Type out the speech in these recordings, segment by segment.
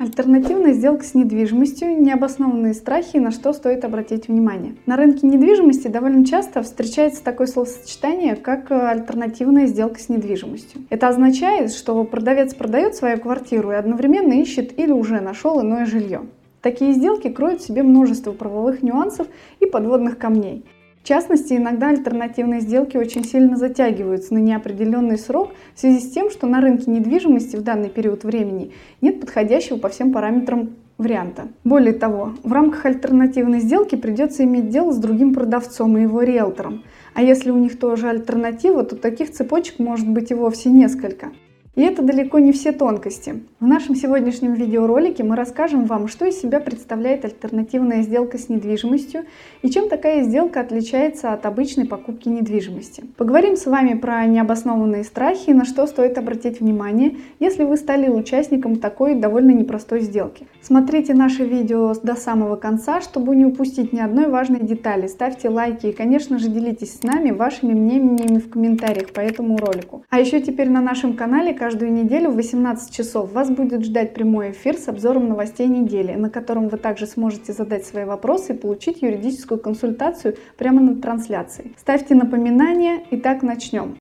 Альтернативная сделка с недвижимостью, необоснованные страхи и на что стоит обратить внимание. На рынке недвижимости довольно часто встречается такое словосочетание, как альтернативная сделка с недвижимостью. Это означает, что продавец продает свою квартиру и одновременно ищет или уже нашел иное жилье. Такие сделки кроют в себе множество правовых нюансов и подводных камней. В частности, иногда альтернативные сделки очень сильно затягиваются на неопределенный срок в связи с тем, что на рынке недвижимости в данный период времени нет подходящего по всем параметрам варианта. Более того, в рамках альтернативной сделки придется иметь дело с другим продавцом и его риэлтором. А если у них тоже альтернатива, то таких цепочек может быть и вовсе несколько. И это далеко не все тонкости. В нашем сегодняшнем видеоролике мы расскажем вам, что из себя представляет альтернативная сделка с недвижимостью и чем такая сделка отличается от обычной покупки недвижимости. Поговорим с вами про необоснованные страхи и на что стоит обратить внимание, если вы стали участником такой довольно непростой сделки. Смотрите наше видео до самого конца, чтобы не упустить ни одной важной детали. Ставьте лайки и, конечно же, делитесь с нами вашими мнениями в комментариях по этому ролику. А еще теперь на нашем канале каждую неделю в 18 часов вас будет ждать прямой эфир с обзором новостей недели, на котором вы также сможете задать свои вопросы и получить юридическую консультацию прямо на трансляции. Ставьте напоминания. Итак, начнем.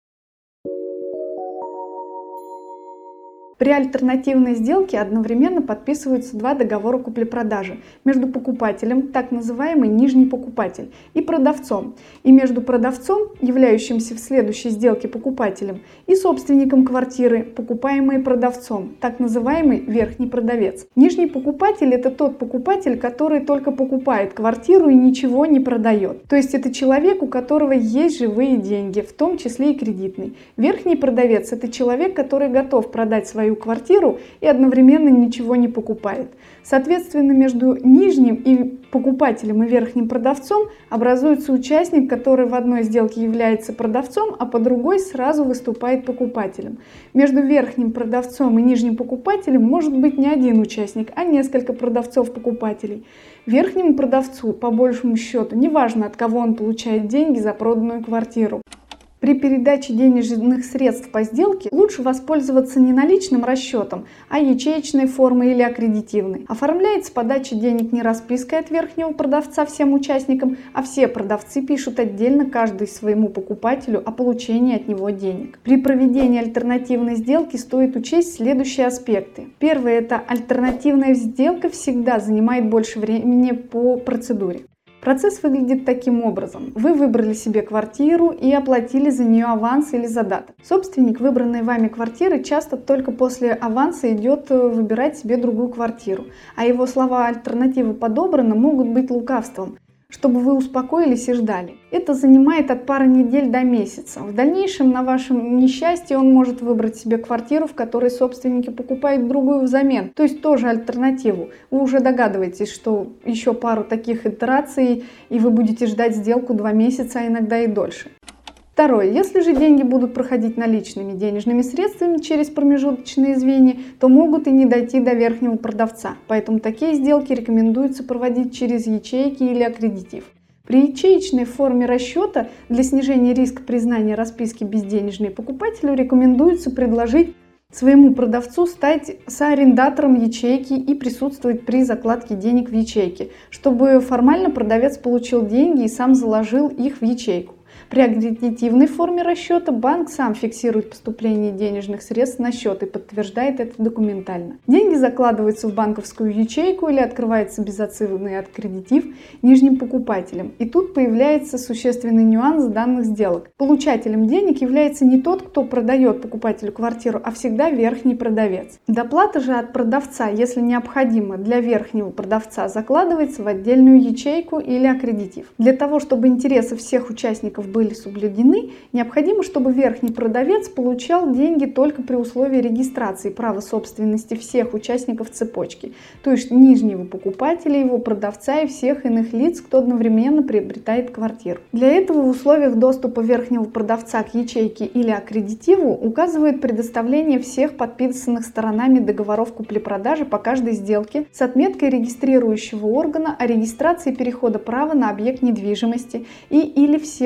При альтернативной сделке одновременно подписываются два договора купли-продажи между покупателем, так называемый нижний покупатель, и продавцом, и между продавцом, являющимся в следующей сделке покупателем, и собственником квартиры, покупаемой продавцом, так называемый верхний продавец. Нижний покупатель – это тот покупатель, который только покупает квартиру и ничего не продает. То есть это человек, у которого есть живые деньги, в том числе и кредитный. Верхний продавец – это человек, который готов продать свою квартиру и одновременно ничего не покупает. Соответственно, между нижним и покупателем и верхним продавцом образуется участник, который в одной сделке является продавцом, а по другой сразу выступает покупателем. Между верхним продавцом и нижним покупателем может быть не один участник, а несколько продавцов-покупателей. Верхнему продавцу, по большему счету, неважно, от кого он получает деньги за проданную квартиру. При передаче денежных средств по сделке лучше воспользоваться не наличным расчетом, а ячеечной формой или аккредитивной. Оформляется подача денег не распиской от верхнего продавца всем участникам, а все продавцы пишут отдельно каждый своему покупателю о получении от него денег. При проведении альтернативной сделки стоит учесть следующие аспекты. Первое – это альтернативная сделка всегда занимает больше времени по процедуре. Процесс выглядит таким образом. Вы выбрали себе квартиру и оплатили за нее аванс или задаток. Собственник выбранной вами квартиры часто только после аванса идет выбирать себе другую квартиру, а его слова «альтернатива подобрана» могут быть лукавством, чтобы вы успокоились и ждали. Это занимает от пары недель до месяца. В дальнейшем, на вашем несчастье, он может выбрать себе квартиру, в которой собственники покупают другую взамен, то есть тоже альтернативу. Вы уже догадываетесь, что еще пару таких итераций, и вы будете ждать сделку 2 месяца, а иногда и дольше. Второе. Если же деньги будут проходить наличными денежными средствами через промежуточные звенья, то могут и не дойти до верхнего продавца. Поэтому такие сделки рекомендуется проводить через ячейки или аккредитив. При ячеечной форме расчета для снижения риска признания расписки безденежной покупателю рекомендуется предложить своему продавцу стать соарендатором ячейки и присутствовать при закладке денег в ячейке, чтобы формально продавец получил деньги и сам заложил их в ячейку. При аккредитивной форме расчета банк сам фиксирует поступление денежных средств на счет и подтверждает это документально. Деньги закладываются в банковскую ячейку или открывается безоценочный аккредитив нижним покупателем. И тут появляется существенный нюанс данных сделок. Получателем денег является не тот, кто продает покупателю квартиру, а всегда верхний продавец. Доплата же от продавца, если необходимо для верхнего продавца, закладывается в отдельную ячейку или аккредитив. Для того, чтобы интересы всех участников были соблюдены, необходимо, чтобы верхний продавец получал деньги только при условии регистрации права собственности всех участников цепочки, то есть нижнего покупателя, его продавца и всех иных лиц, кто одновременно приобретает квартиру. Для этого в условиях доступа верхнего продавца к ячейке или аккредитиву указывает предоставление всех подписанных сторонами договоров купли-продажи по каждой сделке с отметкой регистрирующего органа о регистрации перехода права на объект недвижимости и или всех выписанных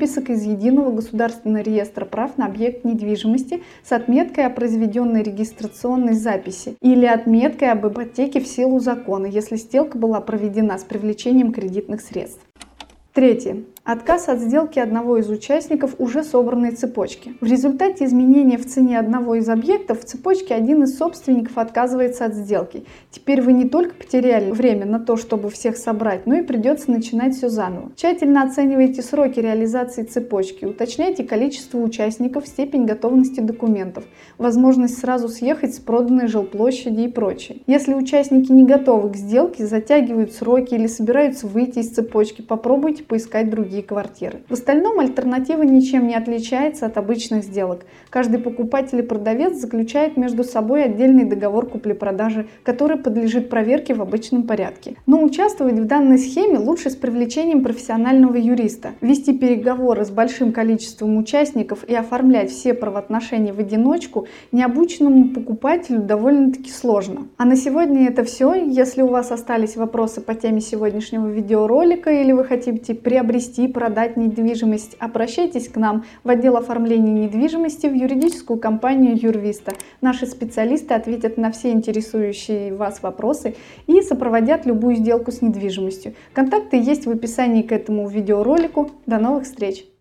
выписок из Единого государственного реестра прав на объект недвижимости с отметкой о произведенной регистрационной записи или отметкой об ипотеке в силу закона, если сделка была проведена с привлечением кредитных средств. Третье. Отказ от сделки одного из участников уже собранной цепочки. В результате изменения в цене одного из объектов в цепочке один из собственников отказывается от сделки. Теперь вы не только потеряли время на то, чтобы всех собрать, но и придется начинать все заново. Тщательно оценивайте сроки реализации цепочки, уточняйте количество участников, степень готовности документов, возможность сразу съехать с проданной жилплощади и прочее. Если участники не готовы к сделке, затягивают сроки или собираются выйти из цепочки, попробуйте поискать другие квартиры. В остальном альтернатива ничем не отличается от обычных сделок. Каждый покупатель и продавец заключает между собой отдельный договор купли-продажи, который подлежит проверке в обычном порядке. Но участвовать в данной схеме лучше с привлечением профессионального юриста. Вести переговоры с большим количеством участников и оформлять все правоотношения в одиночку необученному покупателю довольно-таки сложно. А на сегодня это все. Если у вас остались вопросы по теме сегодняшнего видеоролика или вы хотите приобрести, продать недвижимость, обращайтесь к нам в отдел оформления недвижимости в юридическую компанию Юрвиста. Наши специалисты ответят на все интересующие вас вопросы и сопроводят любую сделку с недвижимостью. Контакты есть в описании к этому видеоролику. До новых встреч!